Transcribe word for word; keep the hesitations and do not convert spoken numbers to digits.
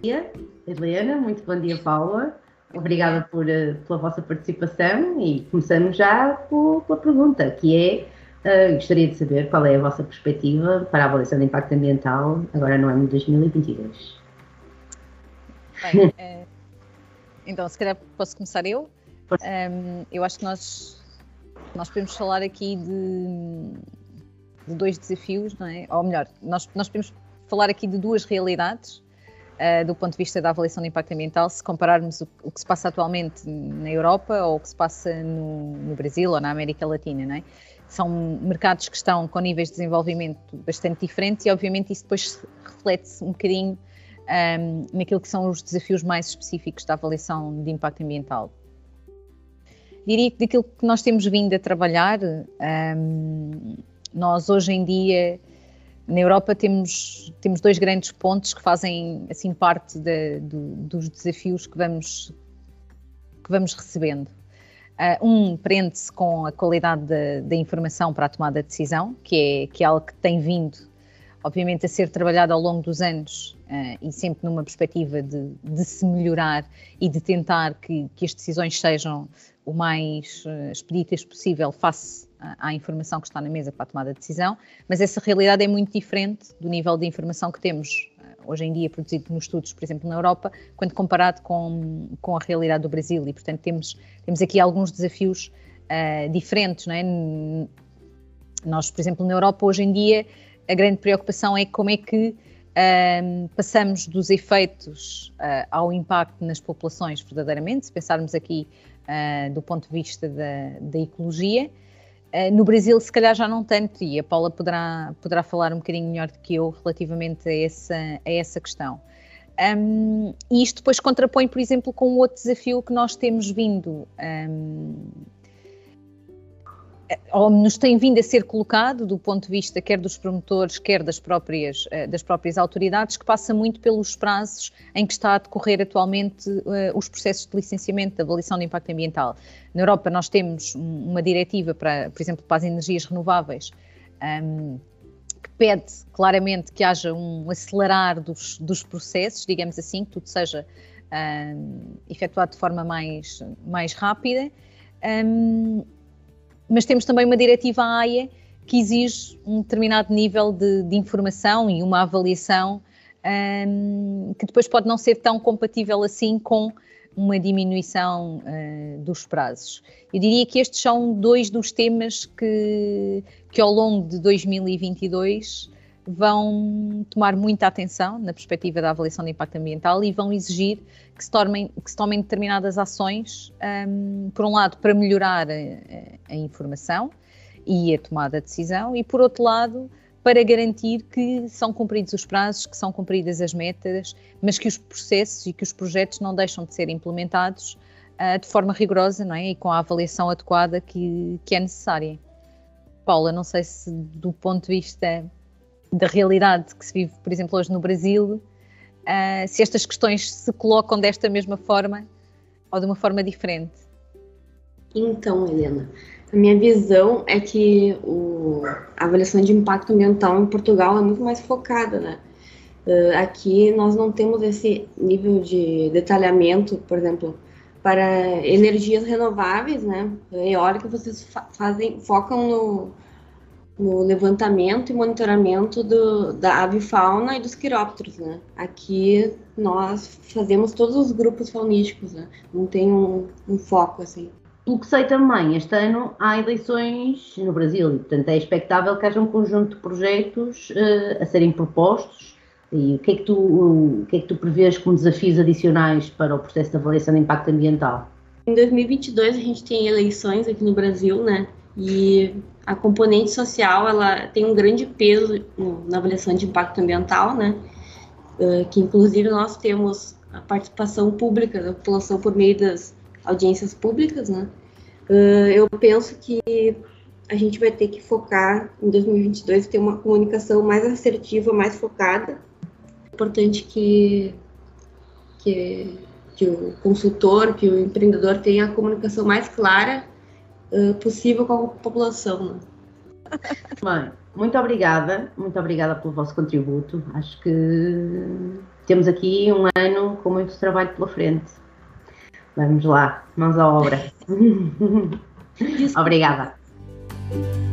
dia, Helena, muito bom dia, Paula. Obrigada por, pela vossa participação e começamos já por, pela pergunta, que é, uh, gostaria de saber qual é a vossa perspectiva para a avaliação de impacto ambiental agora no ano de dois mil e vinte e dois. Bem, é, então, se calhar posso começar eu. Um, eu acho que nós, nós podemos falar aqui de, de dois desafios, não é? Ou melhor, nós, nós podemos falar aqui de duas realidades uh, do ponto de vista da avaliação de impacto ambiental, se compararmos o, o que se passa atualmente na Europa ou o que se passa no, no Brasil ou na América Latina, não é? São mercados que estão com níveis de desenvolvimento bastante diferentes e, obviamente, isso depois reflete-se um bocadinho um, naquilo que são os desafios mais específicos da avaliação de impacto ambiental. Diria que daquilo que nós temos vindo a trabalhar, um, nós hoje em dia, na Europa, temos, temos dois grandes pontos que fazem assim, parte de, de, dos desafios que vamos, que vamos recebendo. Uh, um prende-se com a qualidade da, da informação para a tomada de decisão, que é, que é algo que tem vindo, obviamente, a ser trabalhado ao longo dos anos uh, e sempre numa perspectiva de, de se melhorar e de tentar que, que as decisões sejam o mais uh, expeditas possível face à, à informação que está na mesa para a tomada de decisão, mas essa realidade é muito diferente do nível de informação que temos uh, hoje em dia produzido nos estudos, por exemplo, na Europa, quando comparado com, com a realidade do Brasil, e portanto temos, temos aqui alguns desafios uh, diferentes, não é? Nós, por exemplo, na Europa hoje em dia a grande preocupação é como é que uh, passamos dos efeitos uh, ao impacto nas populações verdadeiramente, se pensarmos aqui Uh, do ponto de vista da, da ecologia. Uh, no Brasil, se calhar já não tanto, e a Paula poderá, poderá falar um bocadinho melhor do que eu relativamente a essa, a essa questão. Um, e isto depois contrapõe, por exemplo, com outro desafio que nós temos vindo, um, ou nos tem vindo a ser colocado do ponto de vista quer dos promotores, quer das próprias, das próprias autoridades, que passa muito pelos prazos em que está a decorrer atualmente uh, os processos de licenciamento de avaliação de impacto ambiental. Na Europa nós temos uma diretiva, para, por exemplo, para as energias renováveis, um, que pede claramente que haja um acelerar dos, dos processos, digamos assim, que tudo seja um, efetuado de forma mais, mais rápida. Um, Mas temos também uma diretiva A I A que exige um determinado nível de, de informação e uma avaliação um, que depois pode não ser tão compatível assim com uma diminuição uh, dos prazos. Eu diria que estes são dois dos temas que, que ao longo de dois mil e vinte e dois vão tomar muita atenção na perspectiva da avaliação de impacto ambiental e vão exigir que se, tomem, que se tomem determinadas ações, um, por um lado, para melhorar a, a informação e a tomada de decisão, e por outro lado, para garantir que são cumpridos os prazos, que são cumpridas as metas, mas que os processos e que os projetos não deixam de ser implementados uh, de forma rigorosa, não é? E com a avaliação adequada que, que é necessária. Paula, não sei se do ponto de vista da realidade que se vive, por exemplo, hoje no Brasil, uh, se estas questões se colocam desta mesma forma ou de uma forma diferente. Então, Helena, a minha visão é que o, a avaliação de impacto ambiental em Portugal é muito mais focada, né? Uh, aqui nós não temos esse nível de detalhamento, por exemplo, para energias renováveis, né? Eólica, vocês fa fazem, focam no no levantamento e monitoramento do, da avifauna e dos quirópteros, né? Aqui nós fazemos todos os grupos faunísticos, né? Não tem um, um foco, assim. Pelo que sei também, este ano há eleições no Brasil e, portanto, é expectável que haja um conjunto de projetos uh, a serem propostos. E o que é que tu, o que é que tu prevês como desafios adicionais para o processo de avaliação de impacto ambiental? Em dois mil e vinte e dois a gente tem eleições aqui no Brasil, né? E a componente social, ela tem um grande peso na avaliação de impacto ambiental, né? Uh, que inclusive nós temos a participação pública da população por meio das audiências públicas, né? Uh, eu penso que a gente vai ter que focar em dois mil e vinte e dois, ter uma comunicação mais assertiva, mais focada. É importante que, que, que o consultor, que o empreendedor tenha a comunicação mais clara Uh, possível com a população. Né? Bem, muito obrigada, muito obrigada pelo vosso contributo. Acho que temos aqui um ano com muito trabalho pela frente. Vamos lá, mãos à obra. Obrigada.